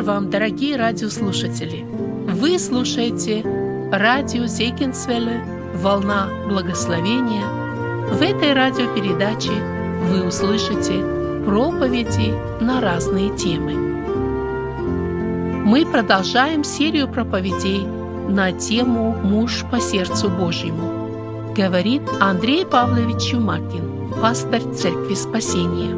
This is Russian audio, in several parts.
вам, дорогие радиослушатели! Вы слушаете радио Зегенсвелле «Волна благословения». В этой радиопередаче вы услышите проповеди на разные темы. Мы продолжаем серию проповедей на тему «Муж по сердцу Божьему», говорит Андрей Павлович Чумакин, пастор Церкви Спасения.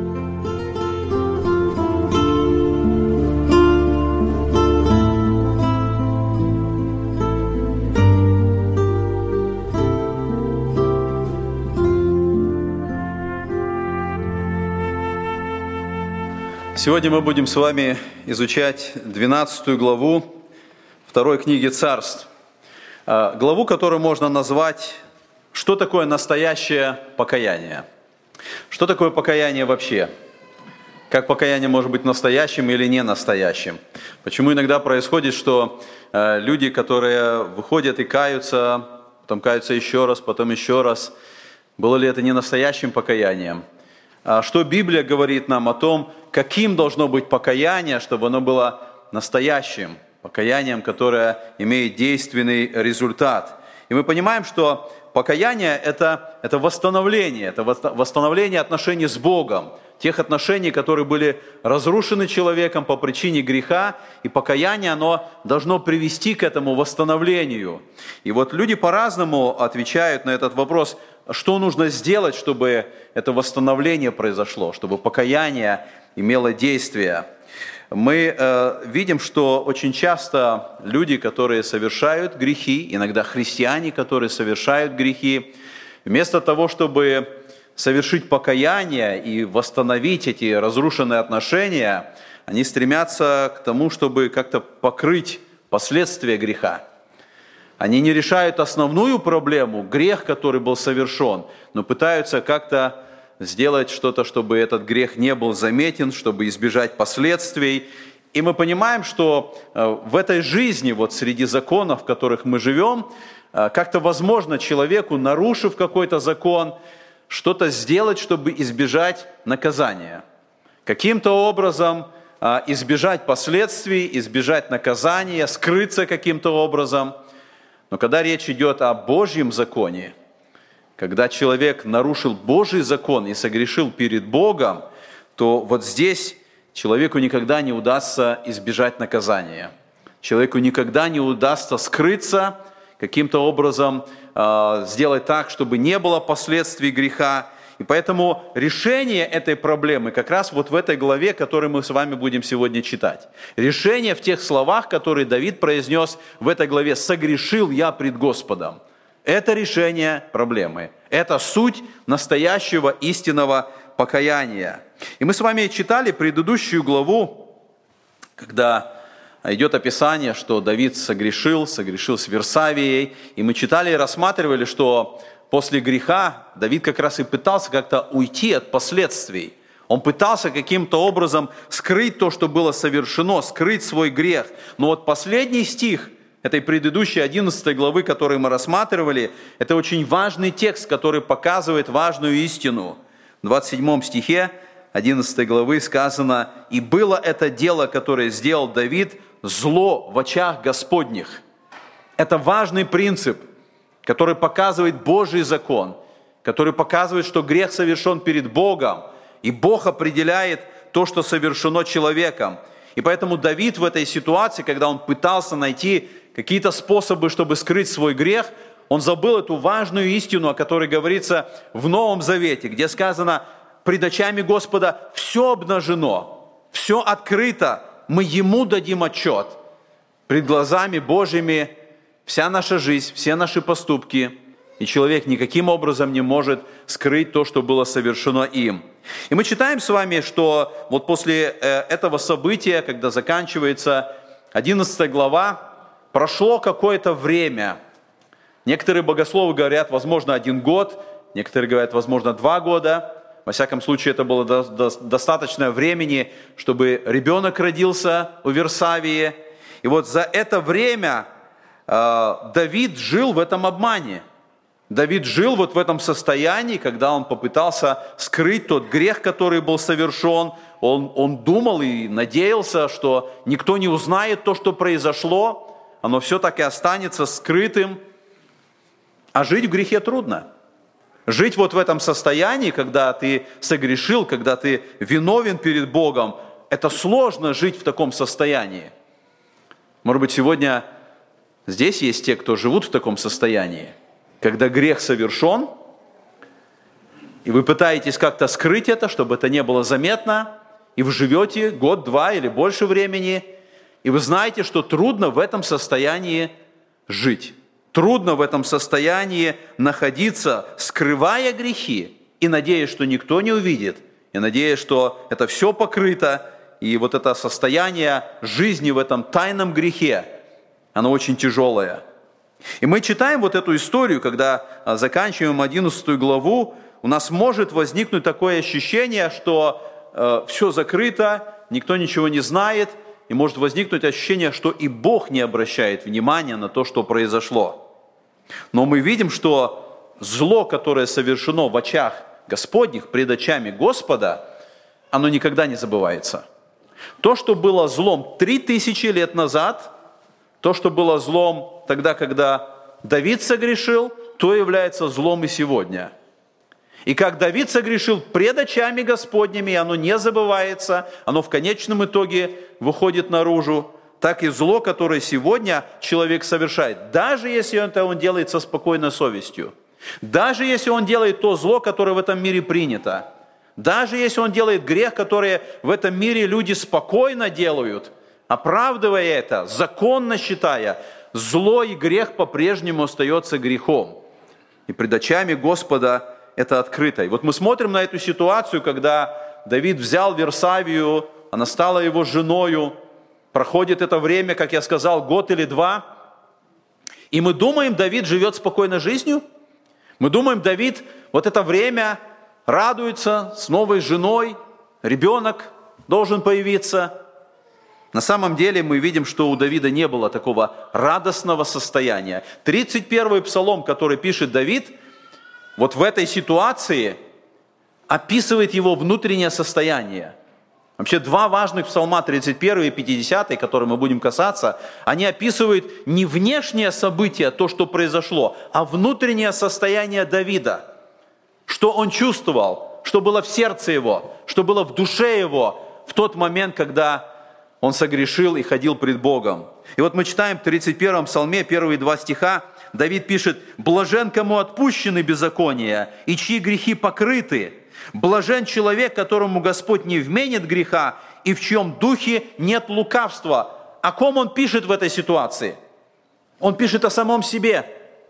Сегодня мы будем с вами изучать 12 главу второй книги Царств. Главу, которую можно назвать «Что такое настоящее покаяние?». Что такое покаяние вообще? Как покаяние может быть настоящим или не настоящим? Почему иногда происходит, что люди, которые выходят и каются, потом каются еще раз, потом еще раз, было ли это не настоящим покаянием? Что Библия говорит нам о том, каким должно быть покаяние, чтобы оно было настоящим покаянием, которое имеет действенный результат. И мы понимаем, что покаяние – это восстановление отношений с Богом, тех отношений, которые были разрушены человеком по причине греха, и покаяние, оно должно привести к этому восстановлению. И вот люди по-разному отвечают на этот вопрос, что нужно сделать, чтобы это восстановление произошло, чтобы покаяние имело действие. Мы видим, что очень часто люди, которые совершают грехи, иногда христиане, которые совершают грехи, вместо того, чтобы совершить покаяние и восстановить эти разрушенные отношения, они стремятся к тому, чтобы как-то покрыть последствия греха. Они не решают основную проблему, грех, который был совершен, но пытаются как-то сделать что-то, чтобы этот грех не был заметен, чтобы избежать последствий. И мы понимаем, что в этой жизни, вот среди законов, в которых мы живем, как-то возможно человеку, нарушив какой-то закон, что-то сделать, чтобы избежать наказания. Каким-то образом избежать последствий, избежать наказания, скрыться каким-то образом. Но когда речь идет о Божьем законе, когда человек нарушил Божий закон и согрешил перед Богом, то вот здесь человеку никогда не удастся избежать наказания. Человеку никогда не удастся скрыться, каким-то образом сделать так, чтобы не было последствий греха. И поэтому решение этой проблемы как раз вот в этой главе, которую мы с вами будем сегодня читать. Решение в тех словах, которые Давид произнес в этой главе: «Согрешил я пред Господом». Это решение проблемы. Это суть настоящего истинного покаяния. И мы с вами читали предыдущую главу, когда идет описание, что Давид согрешил с Версавией. И мы читали и рассматривали, что после греха Давид как раз и пытался как-то уйти от последствий. Он пытался каким-то образом скрыть то, что было совершено, скрыть свой грех. Но вот последний стих этой предыдущей 11 главы, которую мы рассматривали, это очень важный текст, который показывает важную истину. В 27 стихе 11 главы сказано: «И было это дело, которое сделал Давид, зло в очах Господних». Это важный принцип, который показывает Божий закон, который показывает, что грех совершен перед Богом, и Бог определяет то, что совершено человеком. И поэтому Давид в этой ситуации, когда он пытался найти какие-то способы, чтобы скрыть свой грех, он забыл эту важную истину, о которой говорится в Новом Завете, где сказано: «Пред очами Господа все обнажено, все открыто, мы Ему дадим отчет». Пред глазами Божьими вся наша жизнь, все наши поступки, и человек никаким образом не может скрыть то, что было совершено им. И мы читаем с вами, что вот после этого события, когда заканчивается 11 глава, прошло какое-то время. Некоторые богословы говорят, возможно, 1 год, некоторые говорят, возможно, 2 года. Во всяком случае, это было достаточно времени, чтобы ребенок родился у Версавии. И вот за это время Давид жил в этом обмане. Давид жил вот в этом состоянии, когда он попытался скрыть тот грех, который был совершен. Он думал и надеялся, что никто не узнает то, что произошло. Оно все так и останется скрытым. А жить в грехе трудно. Жить вот в этом состоянии, когда ты согрешил, когда ты виновен перед Богом, это сложно жить в таком состоянии. Может быть, сегодня здесь есть те, кто живут в таком состоянии, когда грех совершен, и вы пытаетесь как-то скрыть это, чтобы это не было заметно, и вы живете год, два или больше времени, и вы знаете, что трудно в этом состоянии жить. Трудно в этом состоянии находиться, скрывая грехи, и надеясь, что никто не увидит, и надеясь, что это все покрыто, и вот это состояние жизни в этом тайном грехе, оно очень тяжелое. И мы читаем вот эту историю, когда заканчиваем 11 главу, у нас может возникнуть такое ощущение, что все закрыто, никто ничего не знает, и может возникнуть ощущение, что и Бог не обращает внимания на то, что произошло. Но мы видим, что зло, которое совершено в очах Господних, пред очами Господа, оно никогда не забывается. То, что было злом 3000 лет назад, то, что было злом тогда, когда Давид согрешил, то является злом и сегодня. И как Давид согрешил пред очами Господними, оно не забывается, оно в конечном итоге выходит наружу, так и зло, которое сегодня человек совершает, даже если это он делает со спокойной совестью, даже если он делает то зло, которое в этом мире принято, даже если он делает грех, который в этом мире люди спокойно делают, оправдывая это, законно считая, зло и грех по-прежнему остается грехом. И пред очами Господа это открыто. И вот мы смотрим на эту ситуацию, когда Давид взял Версавию, она стала его женою, проходит это время, как я сказал, год или два, и мы думаем, Давид живет спокойной жизнью, мы думаем, Давид вот это время радуется с новой женой, ребенок должен появиться. На самом деле мы видим, что у Давида не было такого радостного состояния. 31-й псалом, который пишет Давид, вот в этой ситуации описывает его внутреннее состояние. Вообще два важных псалма, 31 и 50, которые мы будем касаться, они описывают не внешнее событие, то, что произошло, а внутреннее состояние Давида. Что он чувствовал, что было в сердце его, что было в душе его в тот момент, когда он согрешил и ходил пред Богом. И вот мы читаем в 31-м псалме, первые 2 стиха, Давид пишет: «Блажен, кому отпущены беззакония, и чьи грехи покрыты. Блажен человек, которому Господь не вменит греха, и в чьем духе нет лукавства». О ком он пишет в этой ситуации? Он пишет о самом себе.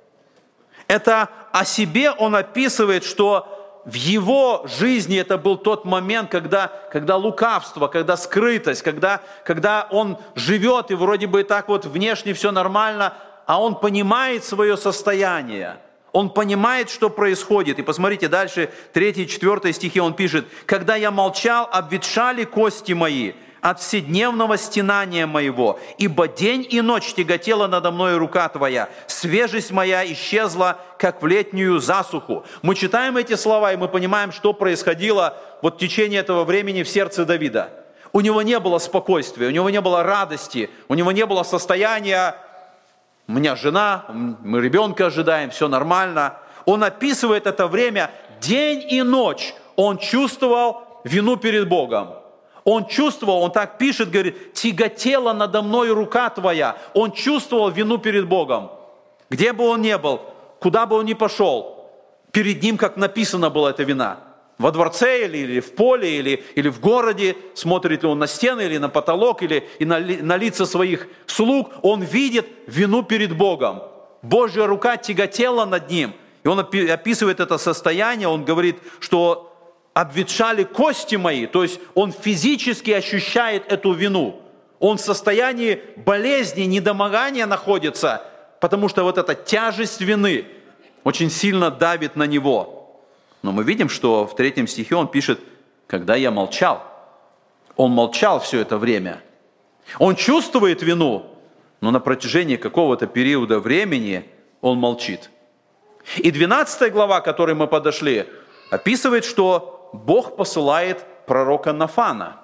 Это о себе он описывает, что в его жизни это был тот момент, когда лукавство, когда скрытость, когда он живет и вроде бы так вот внешне все нормально, а он понимает свое состояние. Он понимает, что происходит. И посмотрите дальше, 3-4 стихи он пишет: «Когда я молчал, обветшали кости мои от вседневного стенания моего, ибо день и ночь тяготела надо мной рука Твоя, свежесть моя исчезла, как в летнюю засуху». Мы читаем эти слова, и мы понимаем, что происходило вот в течение этого времени в сердце Давида. У него не было спокойствия, у него не было радости, у него не было состояния: у меня жена, мы ребенка ожидаем, все нормально. Он описывает это время день и ночь. Он чувствовал вину перед Богом. Он чувствовал, он так пишет, говорит: «Тяготела надо мной рука Твоя». Он чувствовал вину перед Богом. Где бы он ни был, куда бы он ни пошел, перед ним, как написано, была эта вина. Во дворце или в поле, или в городе, смотрит ли он на стены или на потолок, или на лица своих слуг, он видит вину перед Богом. Божья рука тяготела над ним. И он описывает это состояние, он говорит, что обветшали кости мои, то есть он физически ощущает эту вину. Он в состоянии болезни, недомогания находится, потому что вот эта тяжесть вины очень сильно давит на него. Но мы видим, что в 3 стихе он пишет: «Когда я молчал». Он молчал все это время. Он чувствует вину, но на протяжении какого-то периода времени он молчит. И 12 глава, к которой мы подошли, описывает, что Бог посылает пророка Нафана,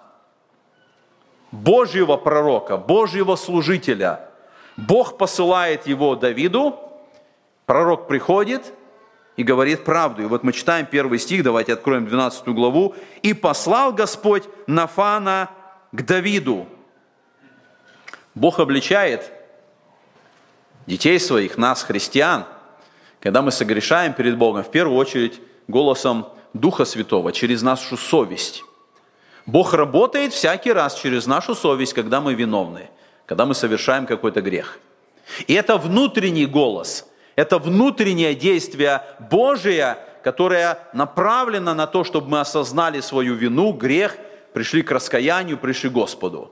Божьего пророка, Божьего служителя. Бог посылает его Давиду, пророк приходит и говорит правду. И вот мы читаем 1 стих, давайте откроем 12 главу. «И послал Господь Нафана к Давиду». Бог обличает детей своих, нас, христиан, когда мы согрешаем перед Богом, в первую очередь голосом Духа Святого, через нашу совесть. Бог работает всякий раз через нашу совесть, когда мы виновны, когда мы совершаем какой-то грех. И это внутренний голос, это внутреннее действие Божие, которое направлено на то, чтобы мы осознали свою вину, грех, пришли к раскаянию, пришли к Господу.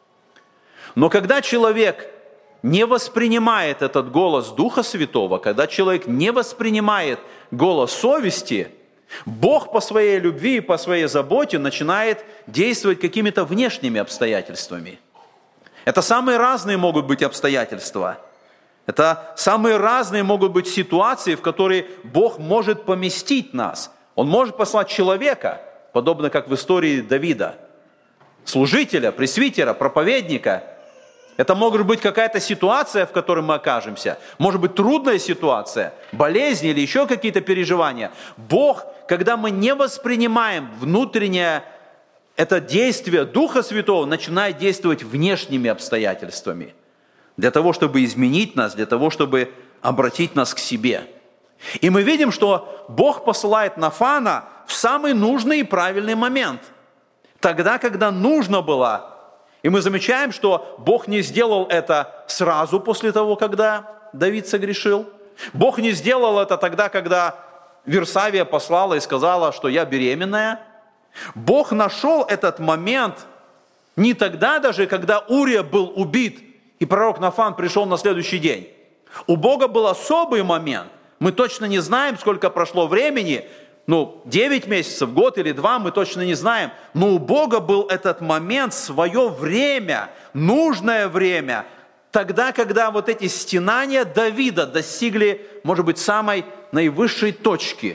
Но когда человек не воспринимает этот голос Духа Святого, когда человек не воспринимает голос совести, Бог по своей любви и по своей заботе начинает действовать какими-то внешними обстоятельствами. Это самые разные могут быть обстоятельства. Это самые разные могут быть ситуации, в которые Бог может поместить нас. Он может послать человека, подобно как в истории Давида, служителя, пресвитера, проповедника. Это может быть какая-то ситуация, в которой мы окажемся. Может быть трудная ситуация, болезнь или еще какие-то переживания. Бог, когда мы не воспринимаем внутреннее это действие Духа Святого, начинает действовать внешними обстоятельствами. Для того, чтобы изменить нас, для того, чтобы обратить нас к себе. И мы видим, что Бог посылает Нафана в самый нужный и правильный момент. Тогда, когда нужно было. И мы замечаем, что Бог не сделал это сразу после того, когда Давид согрешил. Бог не сделал это тогда, когда Версавия послала и сказала, что я беременная. Бог нашел этот момент не тогда даже, когда Урия был убит, и пророк Нафан пришел на следующий день. У Бога был особый момент. Мы точно не знаем, сколько прошло времени, 9 месяцев, год или 2, мы точно не знаем. Но у Бога был этот момент, свое время, нужное время. Тогда, когда вот эти стенания Давида достигли, может быть, самой наивысшей точки.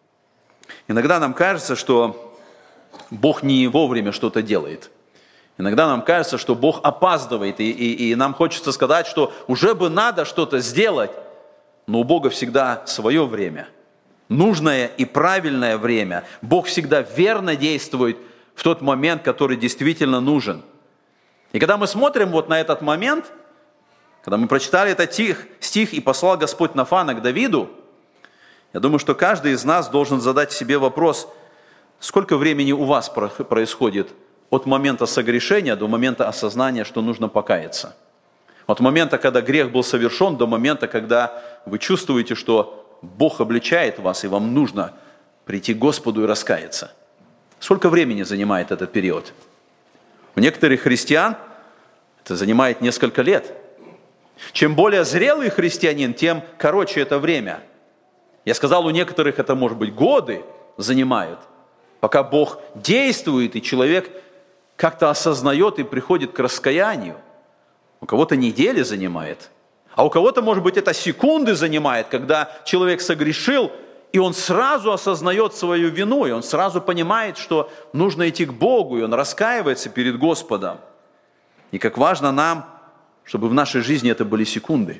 Иногда нам кажется, что Бог не вовремя что-то делает. Иногда нам кажется, что Бог опаздывает, и нам хочется сказать, что уже бы надо что-то сделать. Но у Бога всегда свое время. Нужное и правильное время. Бог всегда верно действует в тот момент, который действительно нужен. И когда мы смотрим вот на этот момент, когда мы прочитали этот стих «И послал Господь Нафана к Давиду», я думаю, что каждый из нас должен задать себе вопрос, сколько времени у вас происходит от момента согрешения до момента осознания, что нужно покаяться. От момента, когда грех был совершен, до момента, когда вы чувствуете, что Бог обличает вас, и вам нужно прийти к Господу и раскаяться. Сколько времени занимает этот период? У некоторых христиан это занимает несколько лет. Чем более зрелый христианин, тем короче это время. Я сказал, у некоторых это, может быть, годы занимает, пока Бог действует, и человек как-то осознает и приходит к раскаянию. У кого-то недели занимает, а у кого-то, может быть, это секунды занимает, когда человек согрешил, и он сразу осознает свою вину, и он сразу понимает, что нужно идти к Богу, и он раскаивается перед Господом. И как важно нам, чтобы в нашей жизни это были секунды.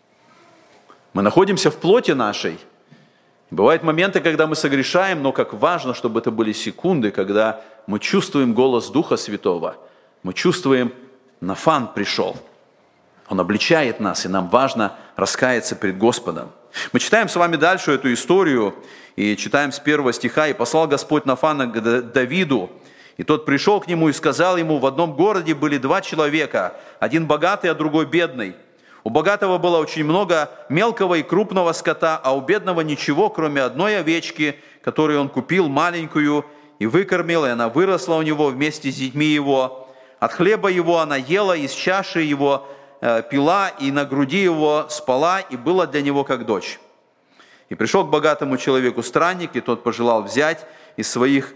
Мы находимся в плоти нашей. Бывают моменты, когда мы согрешаем, но как важно, чтобы это были секунды, когда мы чувствуем голос Духа Святого. Мы чувствуем, Нафан пришел. Он обличает нас, и нам важно раскаяться перед Господом. Мы читаем с вами дальше эту историю, и читаем с 1 стиха. «И послал Господь Нафана к Давиду, и тот пришел к нему и сказал ему, в одном городе были 2 человека, один богатый, а другой бедный. У богатого было очень много мелкого и крупного скота, а у бедного ничего, кроме одной овечки, которую он купил, маленькую, и выкормил, и она выросла у него вместе с детьми его. От хлеба его она ела, из чаши его пила, и на груди его спала, и была для него как дочь. И пришел к богатому человеку странник, и тот пожалел взять из своих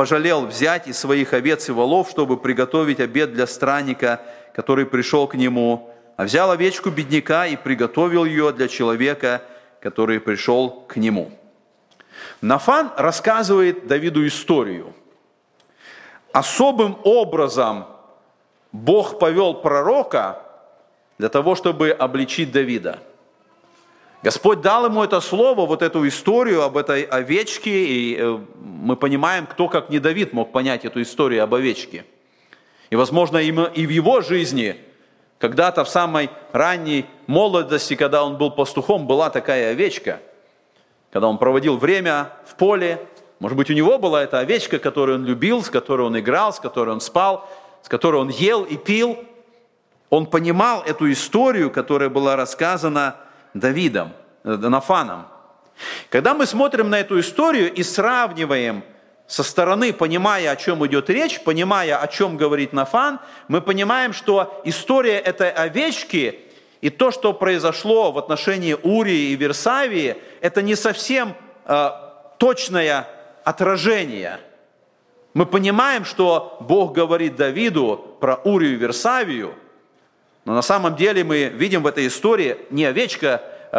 овец и волов, чтобы приготовить обед для странника, который пришел к нему. А взял овечку бедняка и приготовил ее для человека, который пришел к нему. Нафан рассказывает Давиду историю. Особым образом Бог повел пророка для того, чтобы обличить Давида. Господь дал ему это слово, вот эту историю об этой овечке, и мы понимаем, кто, как не Давид, мог понять эту историю об овечке. И, возможно, и в его жизни, когда-то в самой ранней молодости, когда он был пастухом, была такая овечка, когда он проводил время в поле. Может быть, у него была эта овечка, которую он любил, с которой он играл, с которой он спал, с которой он ел и пил. Он понимал эту историю, которая была рассказана Давидом, Нафаном. Когда мы смотрим на эту историю и сравниваем со стороны, понимая, о чем идет речь, понимая, о чем говорит Нафан, мы понимаем, что история этой овечки и то, что произошло в отношении Урии и Версавии, это не совсем точное отражение. Мы понимаем, что Бог говорит Давиду про Урию и Версавию, но на самом деле мы видим в этой истории не овечка,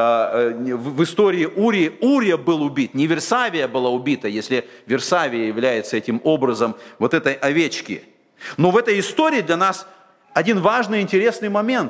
в истории Урии Урия был убит, не Версавия была убита, если Версавия является этим образом вот этой овечки. Но в этой истории для нас один важный интересный момент.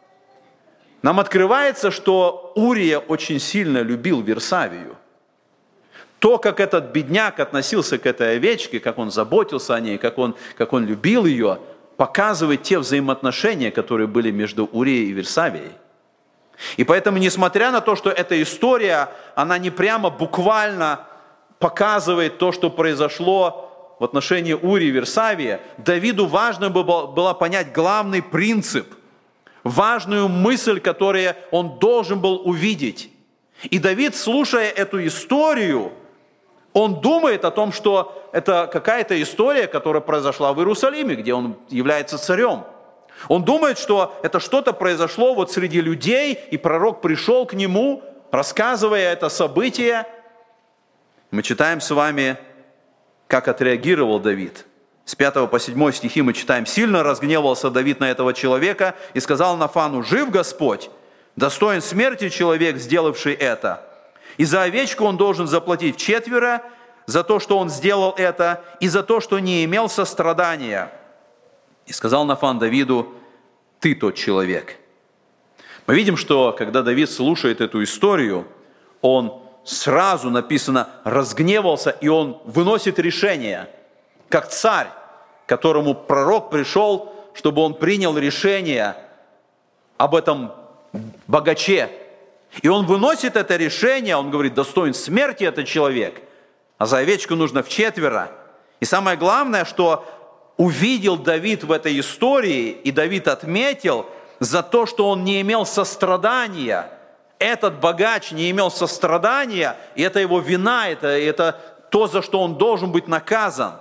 Нам открывается, что Урия очень сильно любил Версавию. То, как этот бедняк относился к этой овечке, как он заботился о ней, как он любил ее, показывает те взаимоотношения, которые были между Урией и Версавией. И поэтому, несмотря на то, что эта история, она не прямо буквально показывает то, что произошло в отношении Урии и Версавии, Давиду важно было понять главный принцип, важную мысль, которую он должен был увидеть. И Давид, слушая эту историю, он думает о том, что это какая-то история, которая произошла в Иерусалиме, где он является царем. Он думает, что это что-то произошло вот среди людей, и пророк пришел к нему, рассказывая это событие. Мы читаем с вами, как отреагировал Давид. С 5 по 7 стихи мы читаем: «Сильно разгневался Давид на этого человека и сказал Нафану: жив Господь, достоин смерти человек, сделавший это. И за овечку он должен заплатить вчетверо за то, что он сделал это, и за то, что не имел сострадания». И сказал Нафан Давиду: ты тот человек. Мы видим, что когда Давид слушает эту историю, он сразу, написано, разгневался, и он выносит решение, как царь, к которому пророк пришел, чтобы он принял решение об этом богаче. И он выносит это решение, он говорит: достоин смерти этот человек, а за овечку нужно вчетверо. И самое главное, что увидел Давид в этой истории, и Давид отметил за то, что он не имел сострадания. Этот богач не имел сострадания, и это его вина, это то, за что он должен быть наказан.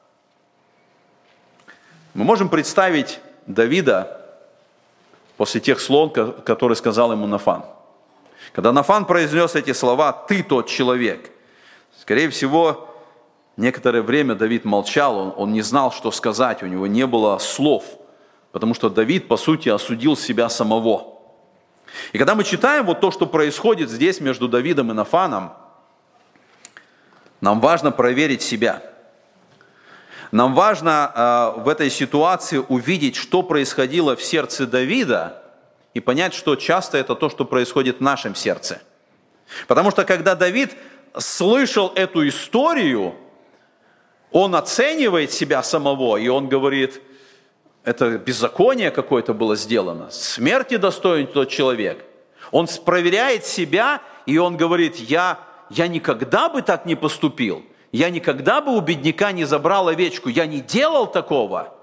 Мы можем представить Давида после тех слов, которые сказал ему Нафан. Когда Нафан произнес эти слова: ты тот человек, скорее всего, некоторое время Давид молчал, он не знал, что сказать, у него не было слов, потому что Давид, по сути, осудил себя самого. И когда мы читаем вот то, что происходит здесь между Давидом и Нафаном, нам важно проверить себя. Нам важно в этой ситуации увидеть, что происходило в сердце Давида, и понять, что часто это то, что происходит в нашем сердце. Потому что когда Давид слышал эту историю, он оценивает себя самого, и он говорит: это беззаконие какое-то было сделано, смерти достоин тот человек. Он проверяет себя, и он говорит: я никогда бы так не поступил, я никогда бы у бедняка не забрал овечку, я не делал такого.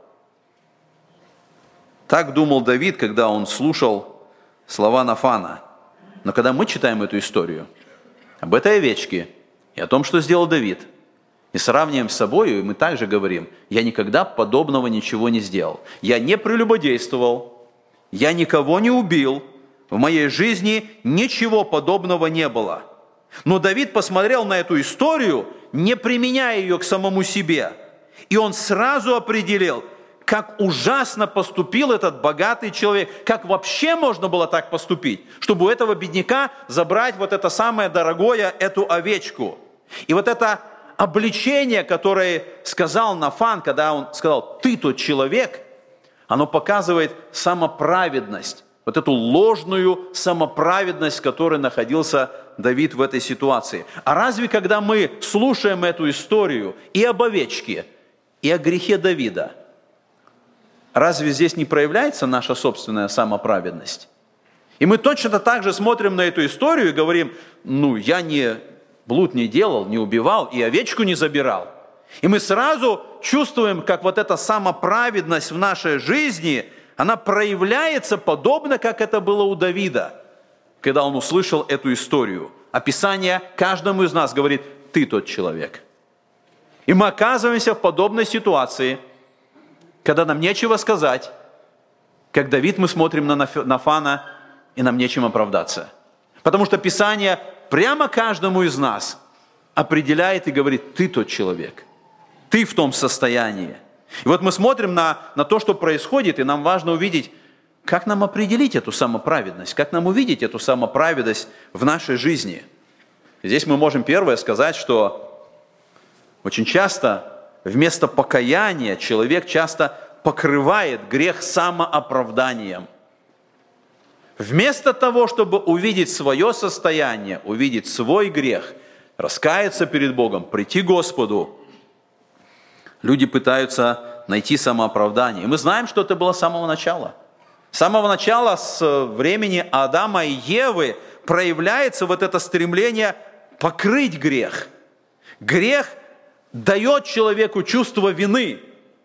Так думал Давид, когда он слушал слова Нафана. Но когда мы читаем эту историю об этой овечке и о том, что сделал Давид, и сравниваем с собой, и мы также говорим: я никогда подобного ничего не сделал. Я не прелюбодействовал, я никого не убил, в моей жизни ничего подобного не было. Но Давид посмотрел на эту историю, не применяя ее к самому себе, и он сразу определил, как ужасно поступил этот богатый человек, как вообще можно было так поступить, чтобы у этого бедняка забрать вот это самое дорогое, эту овечку. И вот это обличение, которое сказал Нафан, когда он сказал: «Ты тот человек», оно показывает самоправедность, вот эту ложную самоправедность, в которой находился Давид в этой ситуации. А разве когда мы слушаем эту историю и об овечке, и о грехе Давида, разве здесь не проявляется наша собственная самоправедность? И мы точно так же смотрим на эту историю и говорим: я блуд не делал, не убивал и овечку не забирал. И мы сразу чувствуем, как вот эта самоправедность в нашей жизни, она проявляется подобно, как это было у Давида, когда он услышал эту историю. А Писание каждому из нас говорит: ты тот человек. И мы оказываемся в подобной ситуации, когда нам нечего сказать, как Давид, мы смотрим на Нафана, и нам нечем оправдаться. Потому что Писание прямо каждому из нас определяет и говорит: ты тот человек, ты в том состоянии. И вот мы смотрим на то, что происходит, и нам важно увидеть, как нам определить эту самоправедность, как нам увидеть эту самоправедность в нашей жизни. И здесь мы можем первое сказать, что очень часто вместо покаяния человек часто покрывает грех самооправданием. Вместо того, чтобы увидеть свое состояние, увидеть свой грех, раскаяться перед Богом, прийти к Господу, люди пытаются найти самооправдание. И мы знаем, что это было с самого начала. С самого начала, с времени Адама и Евы, проявляется вот это стремление покрыть грех. Грех дает человеку чувство вины.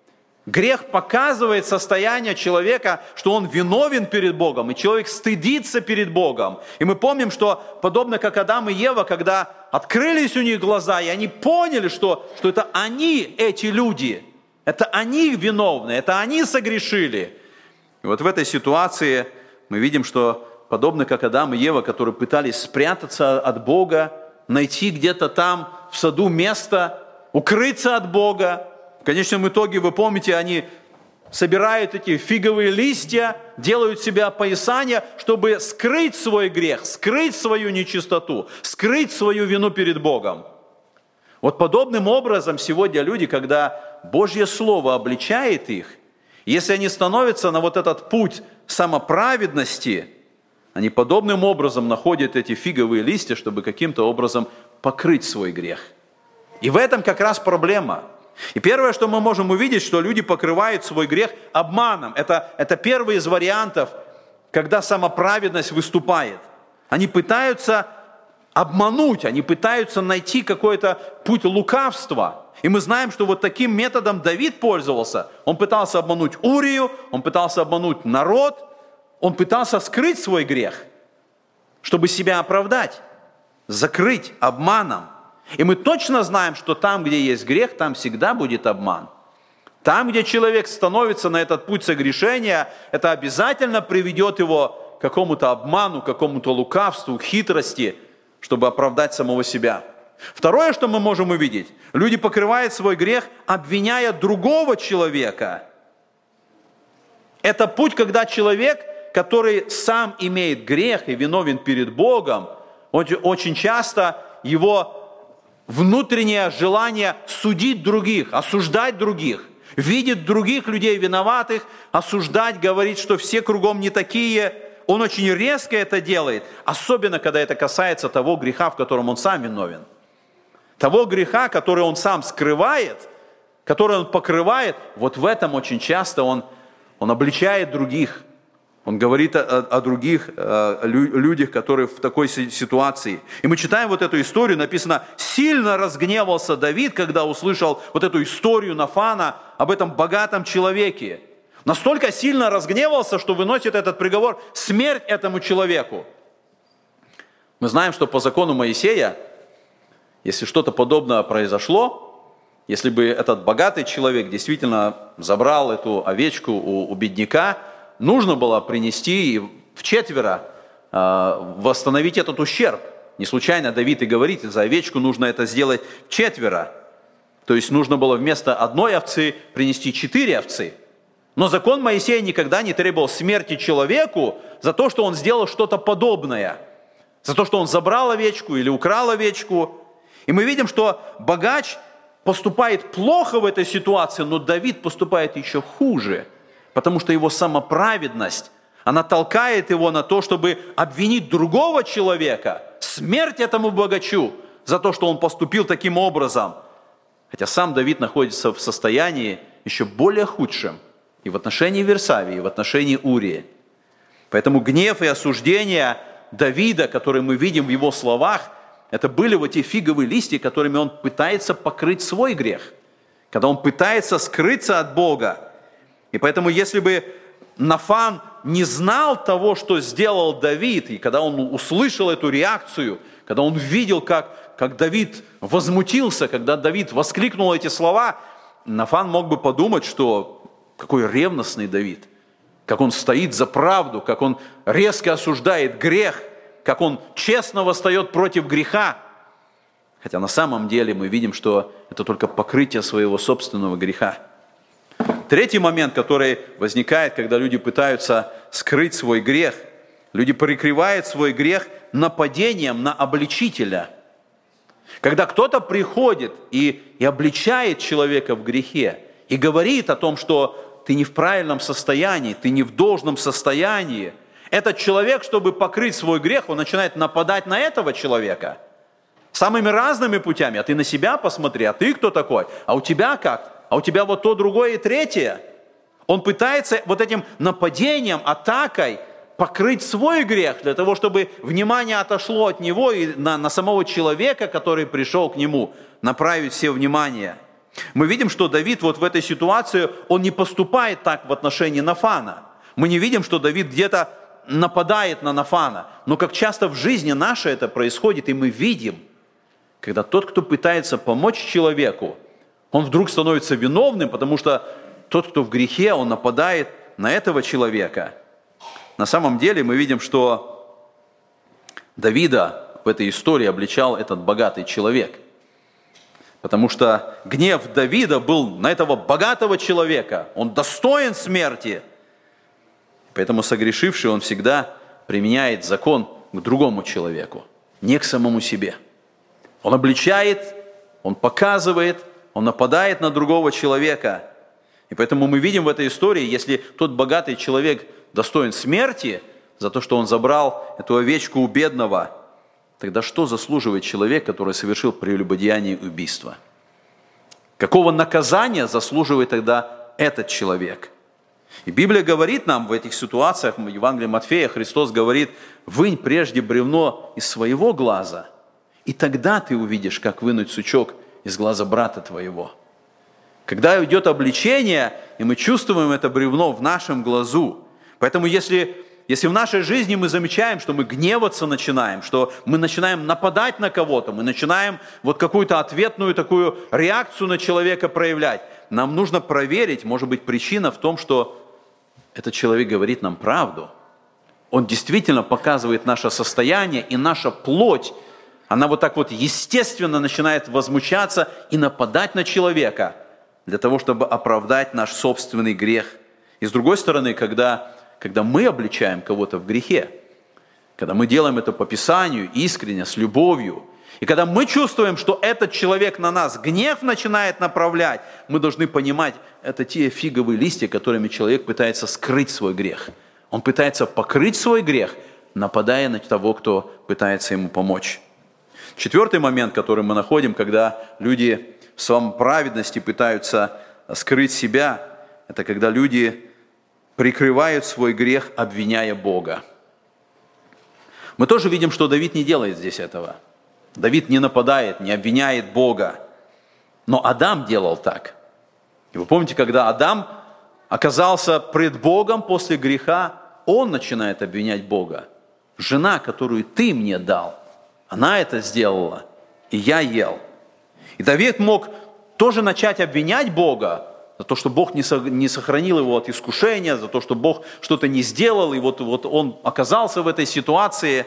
Грех показывает состояние человека, что он виновен перед Богом, и человек стыдится перед Богом. И мы помним, что подобно как Адам и Ева, когда открылись у них глаза, и они поняли, что это они, эти люди, это они виновны, это они согрешили. И вот в этой ситуации мы видим, что подобно как Адам и Ева, которые пытались спрятаться от Бога, найти где-то там в саду место, укрыться от Бога, в конечном итоге, вы помните, они собирают эти фиговые листья, делают себе опоясание, чтобы скрыть свой грех, скрыть свою нечистоту, скрыть свою вину перед Богом. Вот подобным образом сегодня люди, когда Божье Слово обличает их, если они становятся на вот этот путь самоправедности, они подобным образом находят эти фиговые листья, чтобы каким-то образом покрыть свой грех. И в этом как раз проблема. И первое, что мы можем увидеть, что люди покрывают свой грех обманом. Это первый из вариантов, когда самоправедность выступает. Они пытаются обмануть, они пытаются найти какой-то путь лукавства. И мы знаем, что вот таким методом Давид пользовался. Он пытался обмануть Урию, он пытался обмануть народ, он пытался скрыть свой грех, чтобы себя оправдать, закрыть обманом. И мы точно знаем, что там, где есть грех, там всегда будет обман. Там, где человек становится на этот путь согрешения, это обязательно приведет его к какому-то обману, к какому-то лукавству, к хитрости, чтобы оправдать самого себя. Второе, что мы можем увидеть, люди покрывают свой грех, обвиняя другого человека. Это путь, когда человек, который сам имеет грех и виновен перед Богом, очень часто его внутреннее желание судить других, осуждать других, видит других людей виноватых, осуждать, говорить, что все кругом не такие. Он очень резко это делает, особенно когда это касается того греха, в котором он сам виновен. Того греха, который он сам скрывает, который он покрывает, вот в этом очень часто он обличает других. Он говорит о других людях, которые в такой ситуации. И мы читаем вот эту историю, написано: «Сильно разгневался Давид, когда услышал вот эту историю Нафана об этом богатом человеке». Настолько сильно разгневался, что выносит этот приговор: смерть этому человеку. Мы знаем, что по закону Моисея, если что-то подобное произошло, если бы этот богатый человек действительно забрал эту овечку у бедняка, нужно было принести и вчетверо восстановить этот ущерб. Не случайно Давид и говорит: за овечку нужно это сделать вчетверо. То есть нужно было вместо одной овцы принести 4 овцы. Но закон Моисея никогда не требовал смерти человеку за то, что он сделал что-то подобное, за то, что он забрал овечку или украл овечку. И мы видим, что богач поступает плохо в этой ситуации, но Давид поступает еще хуже, потому что его самоправедность, она толкает его на то, чтобы обвинить другого человека, смерть этому богачу за то, что он поступил таким образом. Хотя сам Давид находится в состоянии еще более худшем и в отношении Версавии, и в отношении Урии. Поэтому гнев и осуждение Давида, которые мы видим в его словах, это были вот те фиговые листья, которыми он пытается покрыть свой грех, когда он пытается скрыться от Бога. И поэтому, если бы Нафан не знал того, что сделал Давид, и когда он услышал эту реакцию, когда он видел, как Давид возмутился, когда Давид воскликнул эти слова, Нафан мог бы подумать, что какой ревностный Давид, как он стоит за правду, как он резко осуждает грех, как он честно восстает против греха. Хотя на самом деле мы видим, что это только покрытие своего собственного греха. Третий момент, который возникает, когда люди пытаются скрыть свой грех, люди прикрывают свой грех нападением на обличителя. Когда кто-то приходит и обличает человека в грехе, и говорит о том, что ты не в правильном состоянии, ты не в должном состоянии, этот человек, чтобы покрыть свой грех, он начинает нападать на этого человека самыми разными путями. А ты на себя посмотри, а ты кто такой? А у тебя как? А у тебя вот то, другое и третье. Он пытается вот этим нападением, атакой покрыть свой грех, для того, чтобы внимание отошло от него и на самого человека, который пришел к нему, направить все внимание. Мы видим, что Давид вот в этой ситуации, он не поступает так в отношении Нафана. Мы не видим, что Давид где-то нападает на Нафана. Но как часто в жизни нашей это происходит, и мы видим, когда тот, кто пытается помочь человеку, он вдруг становится виновным, потому что тот, кто в грехе, он нападает на этого человека. На самом деле мы видим, что Давида в этой истории обличал этот богатый человек. Потому что гнев Давида был на этого богатого человека. Он достоин смерти. Поэтому согрешивший, он всегда применяет закон к другому человеку, не к самому себе. Он обличает, он показывает, он нападает на другого человека. И поэтому мы видим в этой истории, если тот богатый человек достоин смерти за то, что он забрал эту овечку у бедного, тогда что заслуживает человек, который совершил прелюбодеяние и убийство? Какого наказания заслуживает тогда этот человек? И Библия говорит нам в этих ситуациях, в Евангелии Матфея Христос говорит: «Вынь прежде бревно из своего глаза, и тогда ты увидишь, как вынуть сучок из глаза брата твоего». Когда идет обличение, и мы чувствуем это бревно в нашем глазу. Поэтому если в нашей жизни мы замечаем, что мы гневаться начинаем, что мы начинаем нападать на кого-то, мы начинаем вот какую-то ответную такую реакцию на человека проявлять, нам нужно проверить, может быть, причина в том, что этот человек говорит нам правду. Он действительно показывает наше состояние, и наша плоть, она вот так вот естественно начинает возмущаться и нападать на человека для того, чтобы оправдать наш собственный грех. И с другой стороны, когда мы обличаем кого-то в грехе, когда мы делаем это по Писанию, искренне, с любовью, и когда мы чувствуем, что этот человек на нас гнев начинает направлять, мы должны понимать, это те фиговые листья, которыми человек пытается скрыть свой грех. Он пытается покрыть свой грех, нападая на того, кто пытается ему помочь. Четвертый момент, который мы находим, когда люди в своей праведности пытаются скрыть себя, это когда люди прикрывают свой грех, обвиняя Бога. Мы тоже видим, что Давид не делает здесь этого. Давид не нападает, не обвиняет Бога. Но Адам делал так. И вы помните, когда Адам оказался пред Богом после греха, он начинает обвинять Бога. Жена, которую ты мне дал, она это сделала, и я ел. И Давид мог тоже начать обвинять Бога за то, что Бог не сохранил его от искушения, за то, что Бог что-то не сделал, и вот он оказался в этой ситуации.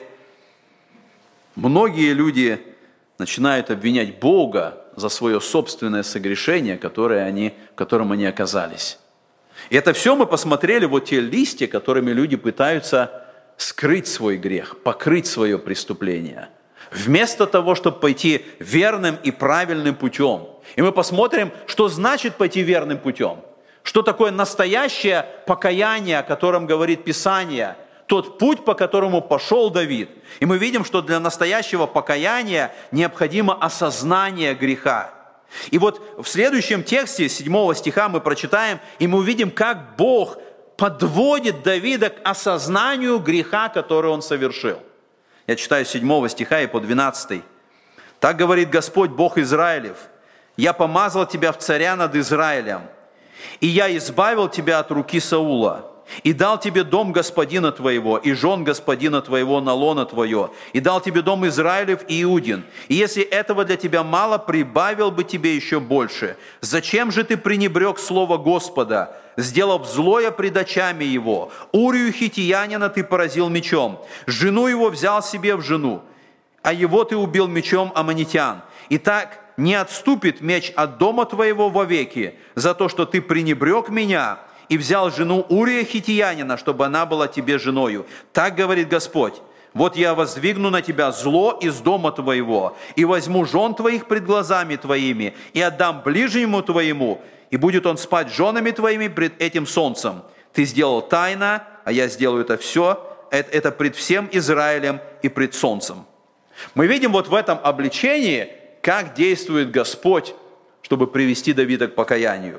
Многие люди начинают обвинять Бога за свое собственное согрешение, в котором они оказались. И это все мы посмотрели, вот те листья, которыми люди пытаются скрыть свой грех, покрыть свое преступление, вместо того, чтобы пойти верным и правильным путем. И мы посмотрим, что значит пойти верным путем, что такое настоящее покаяние, о котором говорит Писание, тот путь, по которому пошел Давид. И мы видим, что для настоящего покаяния необходимо осознание греха. И вот в следующем тексте 7 стиха мы прочитаем, и мы увидим, как Бог подводит Давида к осознанию греха, который он совершил. Я читаю с 7 стиха и по 12. «Так говорит Господь, Бог Израилев, я помазал тебя в царя над Израилем, и я избавил тебя от руки Саула, и дал тебе дом господина твоего, и жен господина твоего на лоно твое, и дал тебе дом Израилев и Иудин. И если этого для тебя мало, прибавил бы тебе еще больше. Зачем же ты пренебрег слово Господа, сделав злое пред очами его? Урию хитиянина ты поразил мечом, жену его взял себе в жену, а его ты убил мечом аммонитян. Итак, не отступит меч от дома твоего вовеки за то, что ты пренебрег меня и взял жену Урия хитиянина, чтобы она была тебе женою. Так говорит Господь: вот я воздвигну на тебя зло из дома твоего, и возьму жен твоих пред глазами твоими, и отдам ближнему твоему, и будет он спать с женами твоими пред этим солнцем. Ты сделал тайно, а я сделаю это все, это пред всем Израилем и пред солнцем». Мы видим вот в этом обличении, как действует Господь, чтобы привести Давида к покаянию.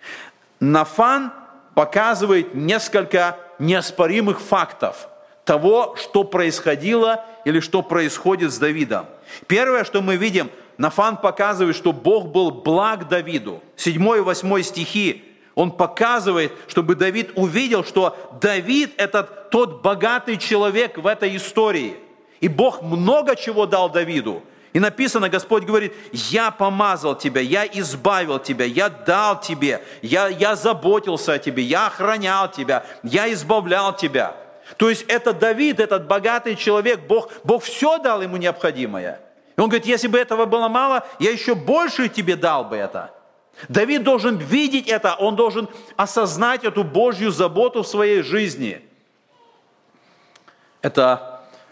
Нафан показывает несколько неоспоримых фактов того, что происходило или что происходит с Давидом. Первое, что мы видим, Нафан показывает, что Бог был благ Давиду. 7 и 8 стихи, он показывает, чтобы Давид увидел, что Давид – это тот богатый человек в этой истории. И Бог много чего дал Давиду. И написано, Господь говорит: я помазал тебя, я избавил тебя, я дал тебе, я заботился о тебе, я охранял тебя, я избавлял тебя. То есть это Давид, этот богатый человек, Бог все дал ему необходимое. И он говорит: если бы этого было мало, я еще больше тебе дал бы это. Давид должен видеть это, он должен осознать эту Божью заботу в своей жизни. Это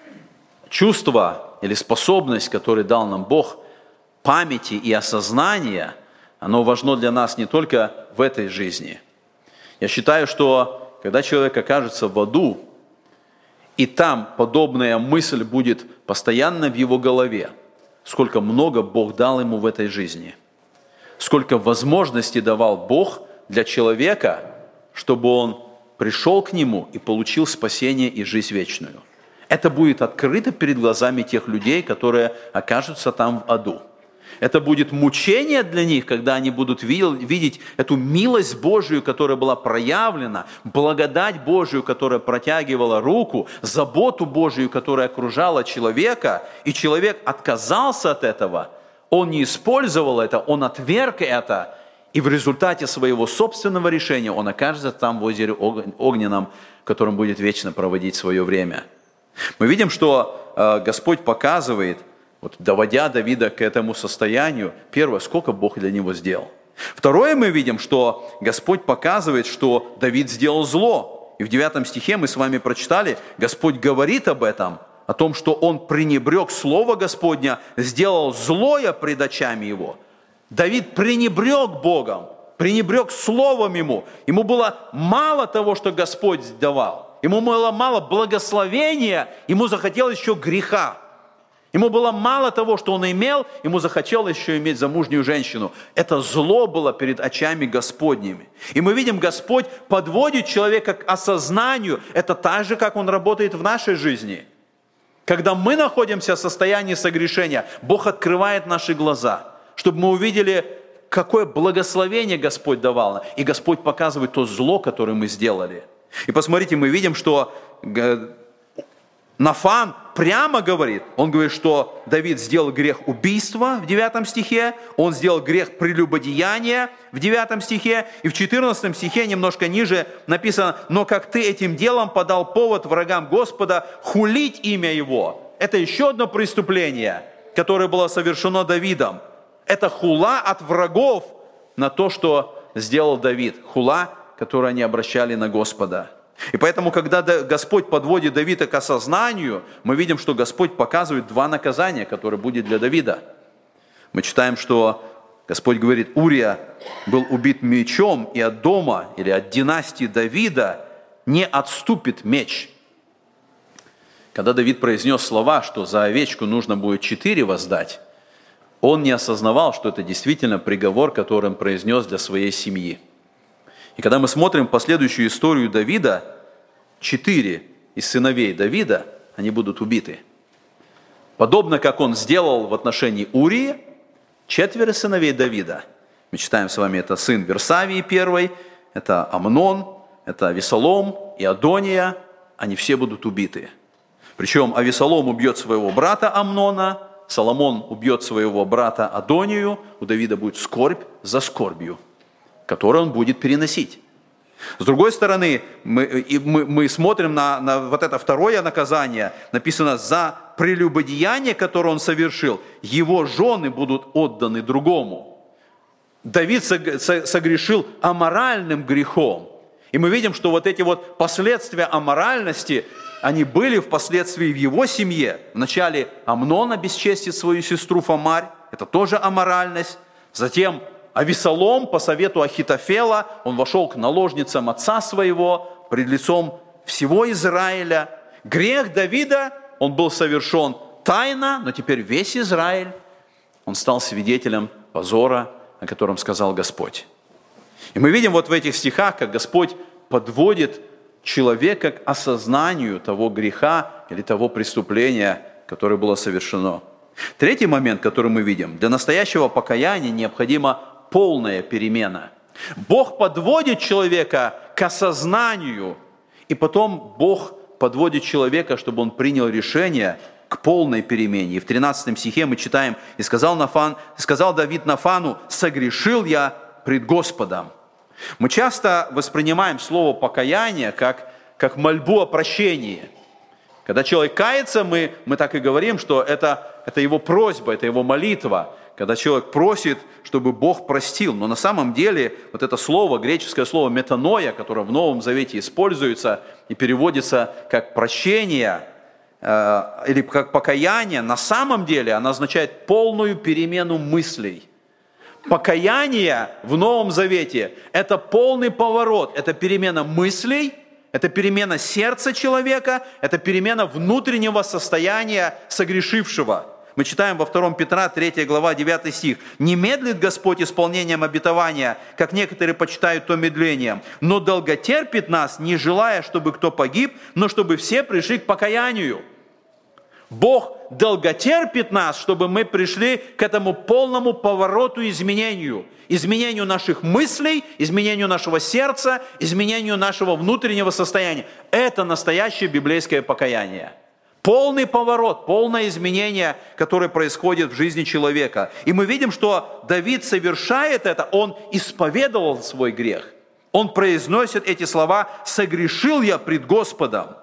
чувство или способность, которую дал нам Бог, памяти и осознания, оно важно для нас не только в этой жизни. Я считаю, что когда человек окажется в аду, и там подобная мысль будет постоянно в его голове, сколько много Бог дал ему в этой жизни, сколько возможностей давал Бог для человека, чтобы он пришел к Нему и получил спасение и жизнь вечную. Это будет открыто перед глазами тех людей, которые окажутся там в аду. Это будет мучение для них, когда они будут видеть эту милость Божию, которая была проявлена, благодать Божию, которая протягивала руку, заботу Божию, которая окружала человека, и человек отказался от этого, он не использовал это, он отверг это, и в результате своего собственного решения он окажется там в озере огненном, в котором будет вечно проводить свое время. Мы видим, что Господь показывает, вот, доводя Давида к этому состоянию, первое, сколько Бог для него сделал. Второе, мы видим, что Господь показывает, что Давид сделал зло. И в 9 стихе мы с вами прочитали, Господь говорит об этом, о том, что он пренебрег Слово Господня, сделал злое пред очами его. Давид пренебрег Богом, пренебрег Словом ему. Ему было мало того, что Господь давал. Ему было мало благословения, ему захотелось еще греха. Ему было мало того, что он имел, ему захотелось еще иметь замужнюю женщину. Это зло было перед очами Господними. И мы видим, Господь подводит человека к осознанию. Это так же, как Он работает в нашей жизни. Когда мы находимся в состоянии согрешения, Бог открывает наши глаза, чтобы мы увидели, какое благословение Господь давал. И Господь показывает то зло, которое мы сделали. И посмотрите, мы видим, что Нафан прямо говорит, он говорит, что Давид сделал грех убийства в 9 стихе, он сделал грех прелюбодеяния в 9 стихе, и в 14 стихе, немножко ниже, написано: «Но как ты этим делом подал повод врагам Господа хулить имя Его». Это еще одно преступление, которое было совершено Давидом. Это хула от врагов на то, что сделал Давид. Хула которую они обращали на Господа. И поэтому, когда Господь подводит Давида к осознанию, мы видим, что Господь показывает два наказания, которые будет для Давида. Мы читаем, что Господь говорит: Урия был убит мечом, и от дома или от династии Давида не отступит меч. Когда Давид произнес слова, что за овечку нужно будет 4 воздать, он не осознавал, что это действительно приговор, который он произнес для своей семьи. И когда мы смотрим последующую историю Давида, 4 из сыновей Давида, они будут убиты. Подобно как он сделал в отношении Урии, 4 сыновей Давида. Мы читаем с вами, это сын Версавии первый, это Амнон, это Авесолом и Адония, они все будут убиты. Причем Авесолом убьет своего брата Амнона, Соломон убьет своего брата Адонию, у Давида будет скорбь за скорбью, которую он будет переносить. С другой стороны, мы смотрим на вот это второе наказание, написано: за прелюбодеяние, которое он совершил, его жены будут отданы другому. Давид согрешил аморальным грехом. И мы видим, что вот эти вот последствия аморальности, они были впоследствии в его семье. Вначале Амнон обесчестит свою сестру Фамарь, это тоже аморальность. Затем Авесолом по совету Ахитофела, он вошел к наложницам отца своего, пред лицом всего Израиля. Грех Давида, он был совершен тайно, но теперь весь Израиль, он стал свидетелем позора, о котором сказал Господь. И мы видим вот в этих стихах, как Господь подводит человека к осознанию того греха или того преступления, которое было совершено. Третий момент, который мы видим: для настоящего покаяния необходима полная перемена. Бог подводит человека к осознанию, и потом Бог подводит человека, чтобы он принял решение к полной перемене. И в 13 стихе мы читаем: «И сказал Давид Нафану: согрешил я пред Господом». Мы часто воспринимаем слово покаяние как мольбу о прощении. Когда человек кается, мы так и говорим, что это его просьба, это его молитва. Когда человек просит, чтобы Бог простил. Но на самом деле вот это слово, греческое слово метаноя, которое в Новом Завете используется и переводится как прощение или как покаяние, на самом деле оно означает полную перемену мыслей. Покаяние в Новом Завете – это полный поворот, это перемена мыслей, это перемена сердца человека, это перемена внутреннего состояния согрешившего. Мы читаем во 2 Петра, 3 глава, 9 стих. «Не медлит Господь исполнением обетования, как некоторые почитают то медлением, но долготерпит нас, не желая, чтобы кто погиб, но чтобы все пришли к покаянию». Бог долготерпит нас, чтобы мы пришли к этому полному повороту изменению. Изменению наших мыслей, изменению нашего сердца, изменению нашего внутреннего состояния. Это настоящее библейское покаяние. Полный поворот, полное изменение, которое происходит в жизни человека. И мы видим, что Давид совершает это, он исповедовал свой грех. Он произносит эти слова: «Согрешил я пред Господом».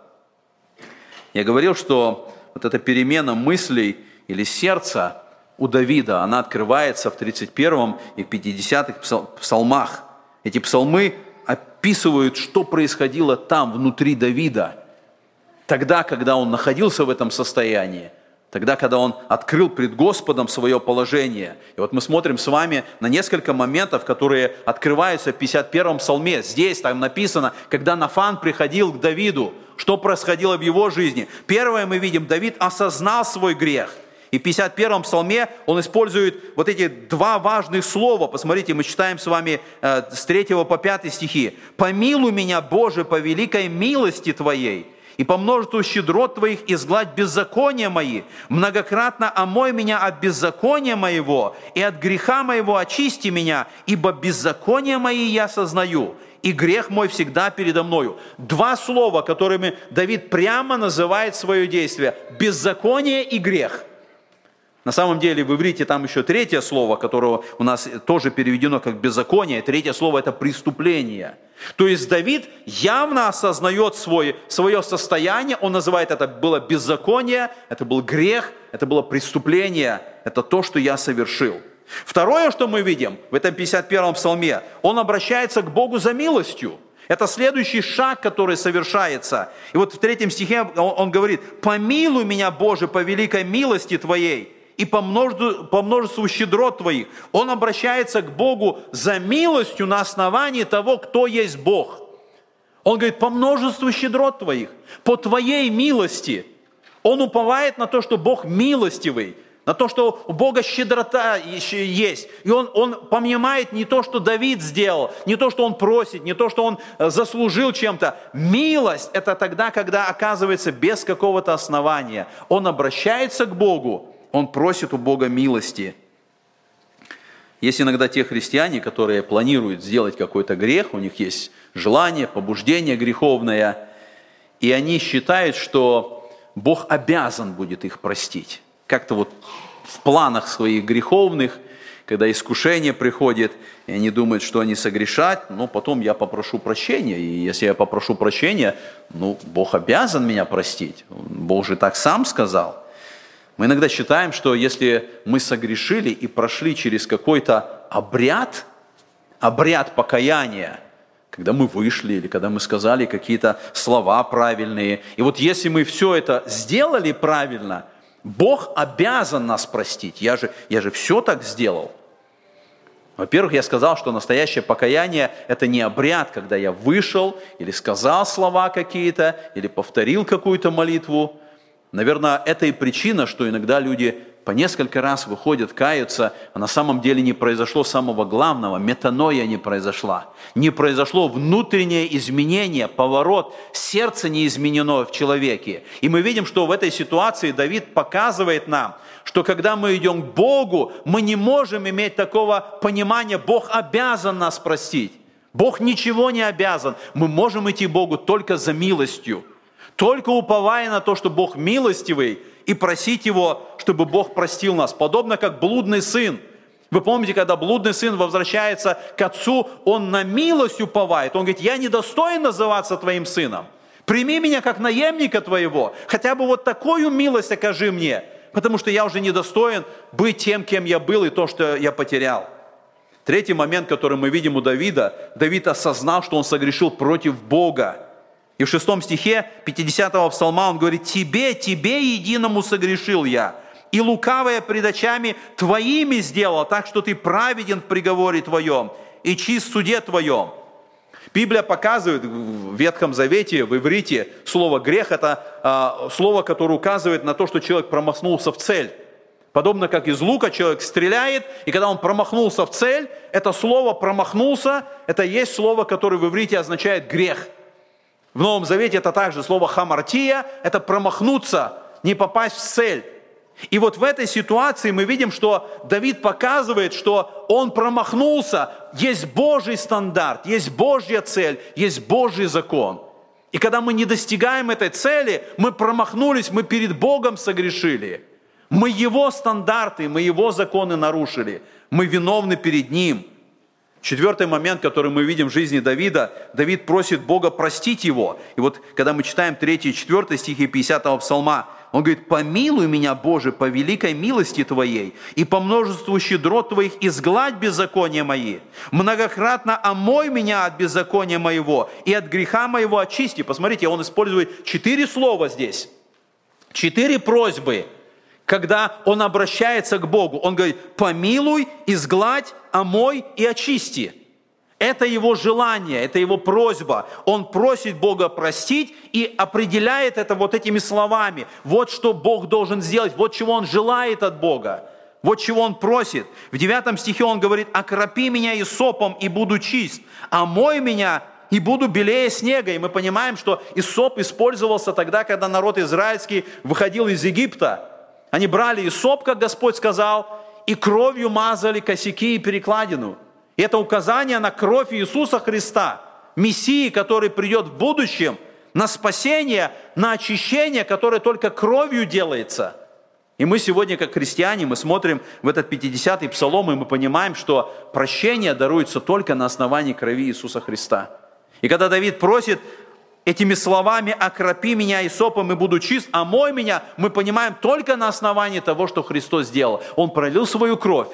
Я говорил, что вот эта перемена мыслей или сердца у Давида, она открывается в 31 и 50-х псалмах. Эти псалмы описывают, что происходило там, внутри Давида. Тогда, когда он находился в этом состоянии, тогда, когда он открыл пред Господом свое положение. И вот мы смотрим с вами на несколько моментов, которые открываются в 51-м псалме. Здесь там написано, когда Нафан приходил к Давиду, что происходило в его жизни. Первое мы видим, Давид осознал свой грех. И в 51-м псалме он использует вот эти два важных слова. Посмотрите, мы читаем с вами с 3 по 5 стихи. «Помилуй меня, Боже, по великой милости Твоей, и по множеству щедрот Твоих изгладь беззакония мои. Многократно омой меня от беззакония моего, и от греха моего очисти меня, ибо беззакония мои я сознаю, и грех мой всегда передо мною». Два слова, которыми Давид прямо называет свое действие: беззаконие и грех. На самом деле в иврите там еще третье слово, которое у нас тоже переведено как беззаконие. Третье слово – это преступление. То есть Давид явно осознает свое состояние, он называет это было беззаконие, это был грех, это было преступление, это то, что я совершил. Второе, что мы видим в этом 51-м псалме, он обращается к Богу за милостью. Это следующий шаг, который совершается. И вот в 3 стихе он говорит: «Помилуй меня, Боже, по великой милости Твоей и по множеству щедрот Твоих». Он обращается к Богу за милостью на основании того, кто есть Бог. Он говорит: по множеству щедрот Твоих, по Твоей милости. Он уповает на то, что Бог милостивый, на то, что у Бога щедрота есть. И он понимает не то, что Давид сделал, не то, что он просит, не то, что он заслужил чем-то. Милость – это тогда, когда оказывается без какого-то основания. Он обращается к Богу, он просит у Бога милости. Есть иногда те христиане, которые планируют сделать какой-то грех, у них есть желание, побуждение греховное, и они считают, что Бог обязан будет их простить. Как-то вот в планах своих греховных, когда искушение приходит, и они думают, что они согрешат, но потом я попрошу прощения, и если я попрошу прощения, Бог обязан меня простить. Бог же так сам сказал. Мы иногда считаем, что если мы согрешили и прошли через какой-то обряд покаяния, когда мы вышли или когда мы сказали какие-то слова правильные, и вот если мы все это сделали правильно, Бог обязан нас простить. Я же все так сделал. Во-первых, я сказал, что настоящее покаяние – это не обряд, когда я вышел или сказал слова какие-то, или повторил какую-то молитву. Наверное, это и причина, что иногда люди по несколько раз выходят, каются, а на самом деле не произошло самого главного, метаноя не произошла. Не произошло внутреннее изменение, поворот, сердце не изменено в человеке. И мы видим, что в этой ситуации Давид показывает нам, что когда мы идем к Богу, мы не можем иметь такого понимания: Бог обязан нас простить. Бог ничего не обязан. Мы можем идти к Богу только за милостью, только уповая на то, что Бог милостивый, и просить Его, чтобы Бог простил нас. Подобно как блудный сын. Вы помните, когда блудный сын возвращается к отцу, он на милость уповает. Он говорит: я недостоин называться твоим сыном. Прими меня как наемника твоего. Хотя бы вот такую милость окажи мне, потому что я уже недостоин быть тем, кем я был, и то, что я потерял. Третий момент, который мы видим у Давида. Давид осознал, что он согрешил против Бога. И в 6 стихе 50-го псалма он говорит: тебе единому согрешил я, и лукавое пред очами твоими сделал, так что ты праведен в приговоре твоем и чист в суде твоем. Библия показывает в Ветхом Завете, в иврите, слово «грех» – это слово, которое указывает на то, что человек промахнулся в цель. Подобно как из лука человек стреляет, и когда он промахнулся в цель, это слово «промахнулся» – это есть слово, которое в иврите означает «грех». В Новом Завете это также слово «хамартия» – это промахнуться, не попасть в цель. И вот в этой ситуации мы видим, что Давид показывает, что он промахнулся. Есть Божий стандарт, есть Божья цель, есть Божий закон. И когда мы не достигаем этой цели, мы промахнулись, мы перед Богом согрешили. Мы Его стандарты, мы Его законы нарушили. Мы виновны перед Ним. Четвертый момент, который мы видим в жизни Давида, Давид просит Бога простить его. И вот когда мы читаем 3 и 4 стихи 50-го псалма, он говорит: «Помилуй меня, Боже, по великой милости Твоей, и по множеству щедрот Твоих изгладь беззакония мои. Многократно омой меня от беззакония моего, и от греха моего очисти». Посмотрите, он использует 4 слова здесь, 4 просьбы. Когда он обращается к Богу, он говорит: помилуй, изгладь, омой и очисти. Это его желание, это его просьба. Он просит Бога простить и определяет это вот этими словами. Вот что Бог должен сделать, вот чего он желает от Бога, вот чего он просит. В 9 стихе он говорит: окропи меня иссопом, и буду чист, омой меня, и буду белее снега. И мы понимаем, что иссоп использовался тогда, когда народ израильский выходил из Египта. Они брали иссоп, как Господь сказал, и кровью мазали косяки и перекладину. И это указание на кровь Иисуса Христа, Мессии, который придет в будущем, на спасение, на очищение, которое только кровью делается. И мы сегодня, как христиане, мы смотрим в этот 50-й псалом, и мы понимаем, что прощение даруется только на основании крови Иисуса Христа. И когда Давид просит этими словами: окропи меня иссопом, и буду чист, омой меня, мы понимаем только на основании того, что Христос сделал. Он пролил свою кровь,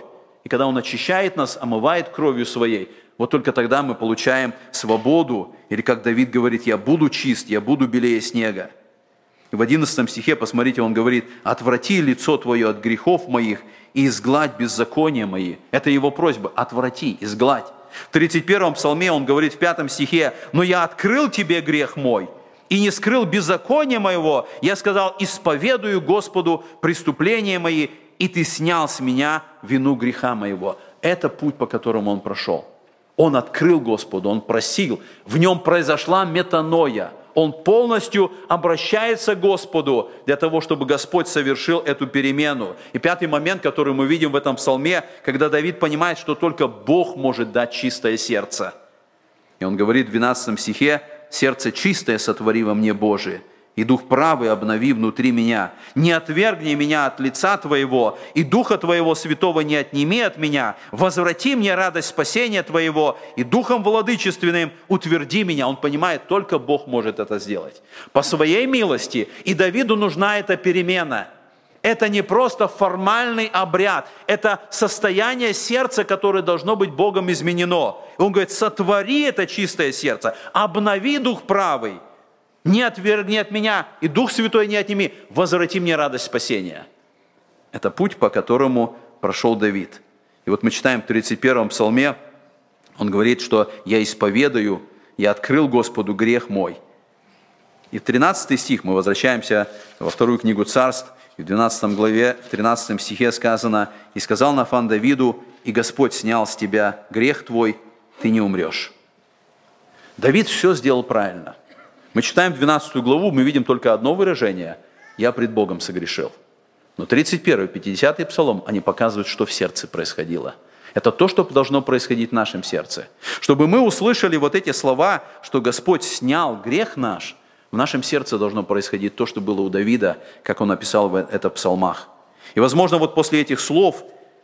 И когда Он очищает нас, омывает кровью Своей, вот только тогда мы получаем свободу. Или как Давид говорит: «Я буду чист, я буду белее снега». И в 11 стихе, посмотрите, он говорит: «Отврати лицо Твое от грехов моих и изгладь беззакония мои». Это его просьба: отврати, изгладь. В 31 псалме он говорит в 5 стихе: «Но я открыл Тебе грех мой и не скрыл беззакония моего. Я сказал: исповедую Господу преступления мои, и Ты снял с меня вину греха моего». Это путь, по которому он прошел. Он открыл Господу, он просил. В нем произошла метаноя. Он полностью обращается к Господу для того, чтобы Господь совершил эту перемену. И 5-й момент, который мы видим в этом псалме, когда Давид понимает, что только Бог может дать чистое сердце. И он говорит в 12 стихе: «Сердце чистое сотвори во мне, Божие, и дух правый обнови внутри меня. Не отвергни меня от лица Твоего, и Духа Твоего Святого не отними от меня. Возврати мне радость спасения Твоего, и Духом владычественным утверди меня». Он понимает, только Бог может это сделать. По своей милости, и Давиду нужна эта перемена. Это не просто формальный обряд, это состояние сердца, которое должно быть Богом изменено. И он говорит: сотвори это чистое сердце, обнови дух правый. Не отвергни от меня, и Дух Святой не отними, возврати мне радость спасения. Это путь, по которому прошел Давид. И вот мы читаем в 31-м псалме, он говорит, что «я исповедаю, я открыл Господу грех мой». И в 13 стих мы возвращаемся во 2 книгу Царств, и в 12 главе, в 13 стихе сказано: «И сказал Нафан Давиду: и Господь снял с тебя грех твой, ты не умрешь». Давид все сделал правильно. Мы читаем 12 главу, мы видим только одно выражение: «Я пред Богом согрешил». Но 31 и 50 псалом, они показывают, что в сердце происходило. Это то, что должно происходить в нашем сердце. Чтобы мы услышали вот эти слова, что Господь снял грех наш, в нашем сердце должно происходить то, что было у Давида, как он написал это в псалмах. И, возможно, вот после этих слов,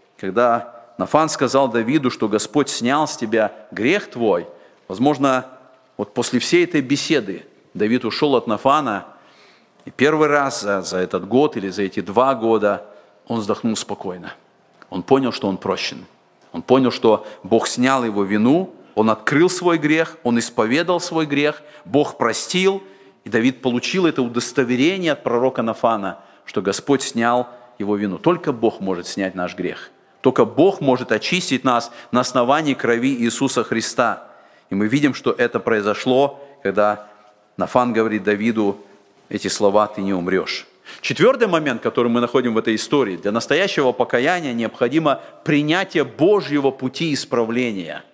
когда Нафан сказал Давиду, что Господь снял с тебя грех твой, возможно, вот после всей этой беседы Давид ушел от Нафана, и первый раз за этот год или за эти 2 года он вздохнул спокойно. Он понял, что он прощен. Он понял, что Бог снял его вину, он открыл свой грех, он исповедал свой грех, Бог простил, и Давид получил это удостоверение от пророка Нафана, что Господь снял его вину. Только Бог может снять наш грех. Только Бог может очистить нас на основании крови Иисуса Христа. И мы видим, что это произошло, когда Нафан говорит Давиду эти слова: «Ты не умрешь». 4-й момент, который мы находим в этой истории: для настоящего покаяния необходимо принятие Божьего пути исправления.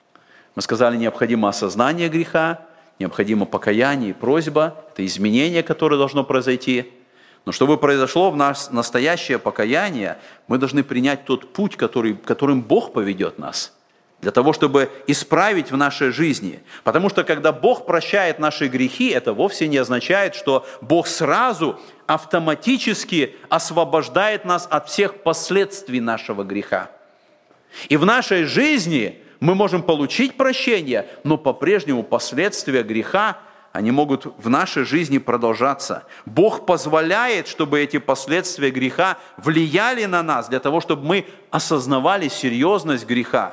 Мы сказали, необходимо осознание греха, необходимо покаяние и просьба, это изменение, которое должно произойти. Но чтобы произошло в нас настоящее покаяние, мы должны принять тот путь, которым Бог поведет нас, для того, чтобы исправить в нашей жизни. Потому что, когда Бог прощает наши грехи, это вовсе не означает, что Бог сразу автоматически освобождает нас от всех последствий нашего греха. И в нашей жизни мы можем получить прощение, но по-прежнему последствия греха, они могут в нашей жизни продолжаться. Бог позволяет, чтобы эти последствия греха влияли на нас, для того, чтобы мы осознавали серьезность греха.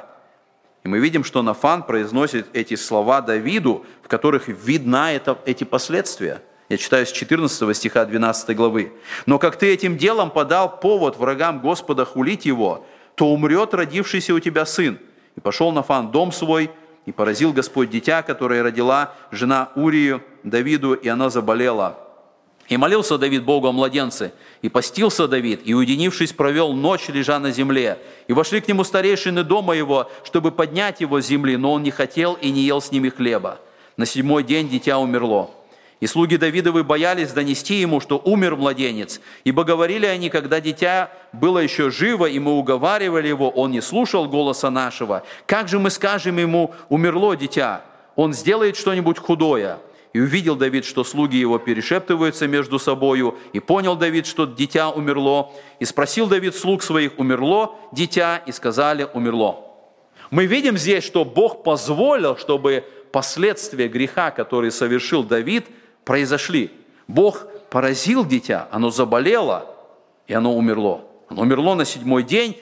И мы видим, что Нафан произносит эти слова Давиду, в которых видна эти последствия. Я читаю с 14 стиха 12 главы. «Но как ты этим делом подал повод врагам Господа хулить его, то умрет родившийся у тебя сын». И пошел Нафан в дом свой, и поразил Господь дитя, которое родила жена Урию Давиду, и она заболела. И молился Давид Богу о младенце, и постился Давид, и, уединившись, провел ночь, лежа на земле. И вошли к нему старейшины дома его, чтобы поднять его с земли, но он не хотел и не ел с ними хлеба. На 7-й день дитя умерло. И слуги Давидовы боялись донести ему, что умер младенец. Ибо говорили они, когда дитя было еще живо, и мы уговаривали его, он не слушал голоса нашего. Как же мы скажем ему: умерло дитя? Он сделает что-нибудь худое. И увидел Давид, что слуги его перешептываются между собою, и понял Давид, что дитя умерло. И спросил Давид слуг своих: умерло дитя? И сказали: умерло. Мы видим здесь, что Бог позволил, чтобы последствия греха, которые совершил Давид, произошли. Бог поразил дитя, оно заболело, и оно умерло. Оно умерло на 7-й день,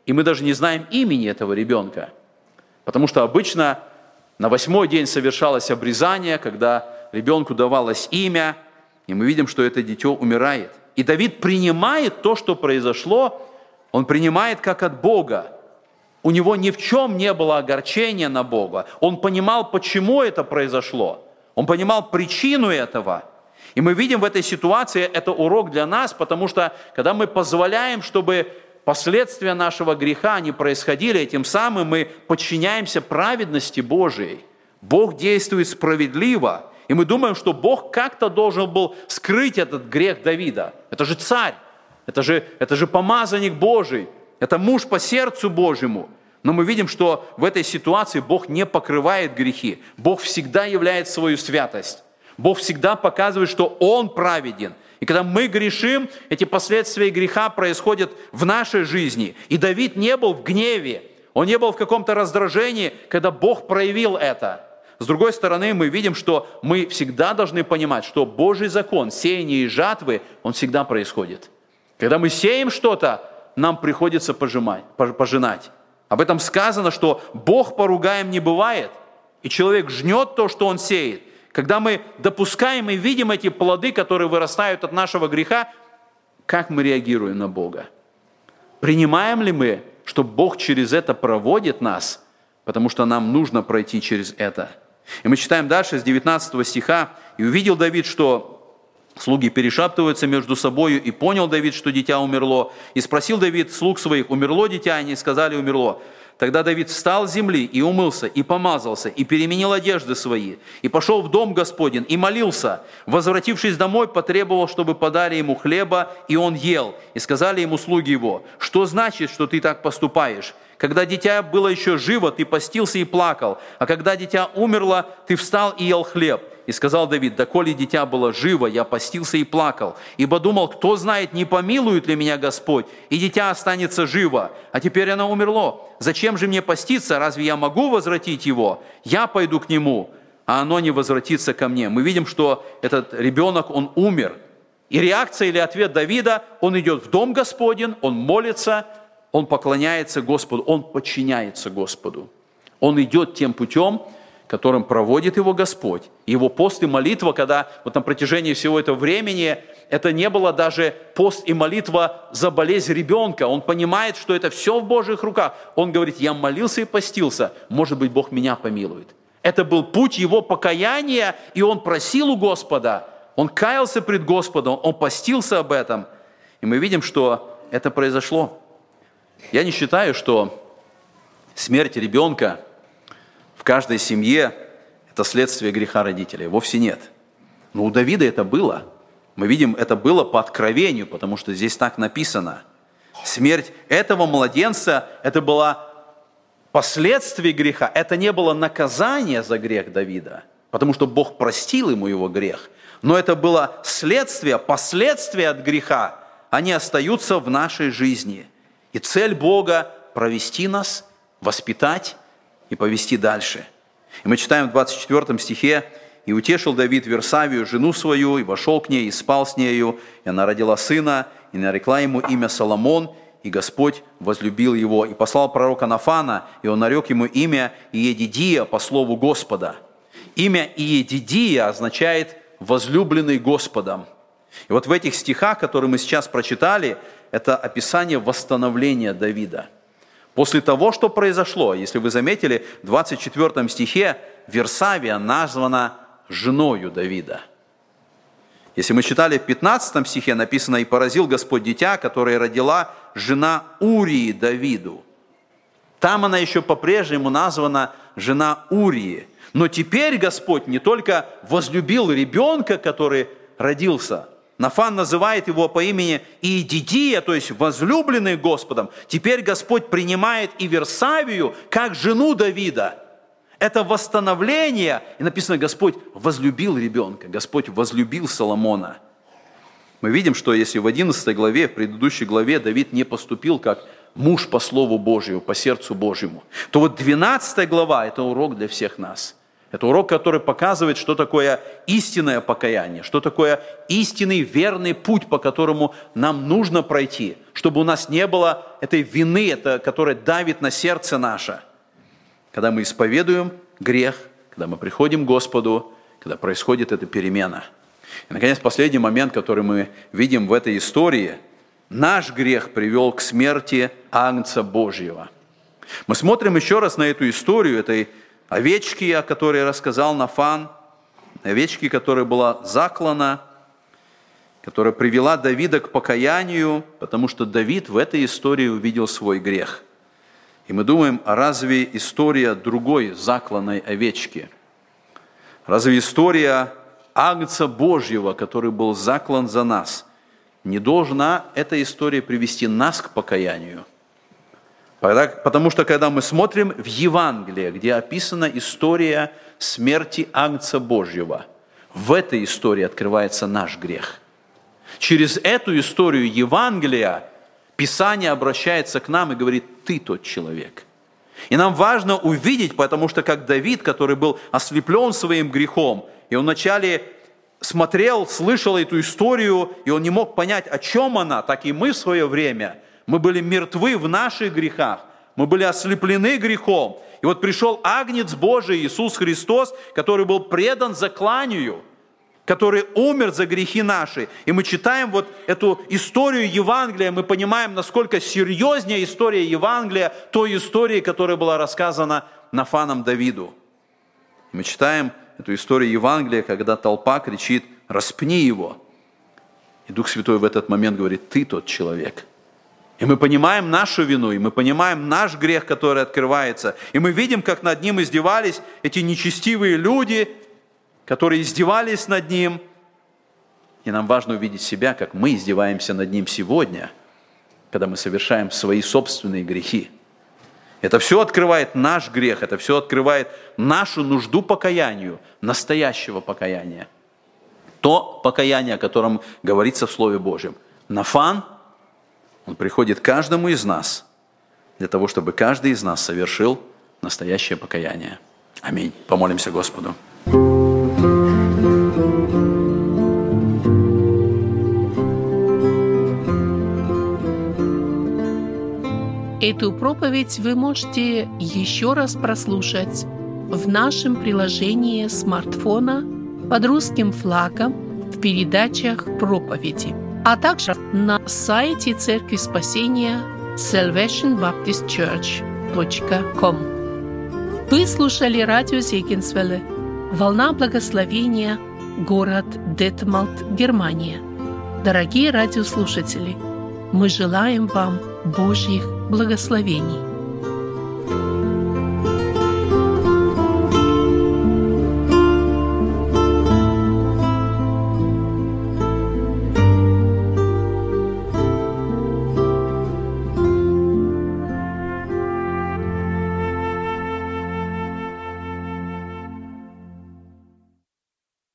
и мы даже не знаем имени этого ребенка. Потому что обычно на 8-й день совершалось обрезание, когда ребенку давалось имя, и мы видим, что это дитё умирает. И Давид принимает то, что произошло, он принимает как от Бога. У него ни в чем не было огорчения на Бога. Он понимал, почему это произошло. Он понимал причину этого. И мы видим в этой ситуации, это урок для нас, потому что когда мы позволяем, чтобы последствия нашего греха не происходили, и тем самым мы подчиняемся праведности Божией. Бог действует справедливо, и мы думаем, что Бог как-то должен был скрыть этот грех Давида. Это же царь, это же помазанник Божий, это муж по сердцу Божьему. Но мы видим, что в этой ситуации Бог не покрывает грехи. Бог всегда являет свою святость. Бог всегда показывает, что Он праведен. И когда мы грешим, эти последствия греха происходят в нашей жизни. И Давид не был в гневе, он не был в каком-то раздражении, когда Бог проявил это. С другой стороны, мы видим, что мы всегда должны понимать, что Божий закон сеяния и жатвы, он всегда происходит. Когда мы сеем что-то, нам приходится пожинать. Об этом сказано, что Бог поругаем не бывает, и человек жнет то, что он сеет. Когда мы допускаем и видим эти плоды, которые вырастают от нашего греха, как мы реагируем на Бога? Принимаем ли мы, что Бог через это проводит нас, потому что нам нужно пройти через это? И мы читаем дальше с 19 стиха. «И увидел Давид, что слуги перешептываются между собою, и понял Давид, что дитя умерло. И спросил Давид слуг своих, умерло дитя? Они сказали, умерло. Тогда Давид встал с земли и умылся, и помазался, и переменил одежды свои, и пошел в дом Господень, и молился. Возвратившись домой, потребовал, чтобы подали ему хлеба, и он ел. И сказали ему слуги его, что значит, что ты так поступаешь? Когда дитя было еще живо, ты постился и плакал, а когда дитя умерло, ты встал и ел хлеб. И сказал Давид, доколе дитя было живо, я постился и плакал, ибо думал, кто знает, не помилует ли меня Господь, и дитя останется живо, а теперь оно умерло. Зачем же мне поститься, разве я могу возвратить его? Я пойду к нему, а оно не возвратится ко мне». Мы видим, что этот ребенок, он умер. И реакция или ответ Давида, он идет в дом Господень, он молится, он поклоняется Господу, он подчиняется Господу. Он идет тем путем, которым проводит его Господь. Его пост и молитва, когда вот на протяжении всего этого времени, это не было даже пост и молитва за болезнь ребенка. Он понимает, что это все в Божьих руках. Он говорит, я молился и постился, может быть, Бог меня помилует. Это был путь его покаяния, и он просил у Господа, он каялся пред Господом, он постился об этом. И мы видим, что это произошло. Я не считаю, что смерть ребенка в каждой семье – это следствие греха родителей. Вовсе нет. Но у Давида это было. Мы видим, это было по откровению, потому что здесь так написано. Смерть этого младенца – это было последствие греха. Это не было наказание за грех Давида, потому что Бог простил ему его грех. Но это было следствие, последствия от греха. Они остаются в нашей жизни. И цель Бога – провести нас, воспитать и повести дальше. И мы читаем в 24 стихе, «И утешил Давид Версавию, жену свою, и вошел к ней, и спал с нею, и она родила сына, и нарекла ему имя Соломон, и Господь возлюбил его, и послал пророка Нафана, и он нарек ему имя Иедидия по слову Господа». Имя Иедидия означает «возлюбленный Господом». И вот в этих стихах, которые мы сейчас прочитали, это описание восстановления Давида. После того, что произошло, если вы заметили, в 24 стихе Версавия названа женою Давида. Если мы читали в 15 стихе, написано, «И поразил Господь дитя, которое родила жена Урии Давиду». Там она еще по-прежнему названа жена Урии. Но теперь Господь не только возлюбил ребенка, который родился, Нафан называет его по имени Иедидия, то есть возлюбленный Господом. Теперь Господь принимает и Версавию как жену Давида. Это восстановление. И написано, Господь возлюбил ребенка, Господь возлюбил Соломона. Мы видим, что если в 11 главе, в предыдущей главе Давид не поступил как муж по слову Божьему, по сердцу Божьему, то вот 12 глава – это урок для всех нас. Это урок, который показывает, что такое истинное покаяние, что такое истинный верный путь, по которому нам нужно пройти, чтобы у нас не было этой вины, которая давит на сердце наше. Когда мы исповедуем грех, когда мы приходим к Господу, когда происходит эта перемена. И, наконец, последний момент, который мы видим в этой истории. Наш грех привел к смерти Агнца Божьего. Мы смотрим еще раз на эту историю этой овечки, о которой рассказал Нафан, овечки, которая была заклана, которая привела Давида к покаянию, потому что Давид в этой истории увидел свой грех. И мы думаем, а разве история другой закланной овечки? Разве история Агнца Божьего, который был заклан за нас, не должна эта история привести нас к покаянию? Потому что, когда мы смотрим в Евангелие, где описана история смерти Агнца Божьего, в этой истории открывается наш грех. Через эту историю Евангелия Писание обращается к нам и говорит: «Ты тот человек». И нам важно увидеть, потому что как Давид, который был ослеплен своим грехом, и он вначале смотрел, слышал эту историю, и он не мог понять, о чем она, так и мы в свое время – мы были мертвы в наших грехах, мы были ослеплены грехом. И вот пришел Агнец Божий, Иисус Христос, который был предан закланию, который умер за грехи наши. И мы читаем вот эту историю Евангелия, мы понимаем, насколько серьезнее история Евангелия той истории, которая была рассказана Нафаном Давиду. Мы читаем эту историю Евангелия, когда толпа кричит: «Распни его!» И Дух Святой в этот момент говорит: «Ты тот человек». И мы понимаем нашу вину, и мы понимаем наш грех, который открывается. И мы видим, как над ним издевались эти нечестивые люди, которые издевались над ним. И нам важно увидеть себя, как мы издеваемся над ним сегодня, когда мы совершаем свои собственные грехи. Это все открывает наш грех, это все открывает нашу нужду покаянию, настоящего покаяния. То покаяние, о котором говорится в Слове Божьем. Нафан, он приходит к каждому из нас для того, чтобы каждый из нас совершил настоящее покаяние. Аминь. Помолимся Господу. Эту проповедь вы можете еще раз прослушать в нашем приложении смартфона под русским флагом в передачах проповеди, а также на сайте Церкви Спасения salvationbaptistchurch.com. Вы слушали радио Зегенсвелле «Волна благословения», город Детмалт, Германия. Дорогие радиослушатели, мы желаем вам Божьих благословений.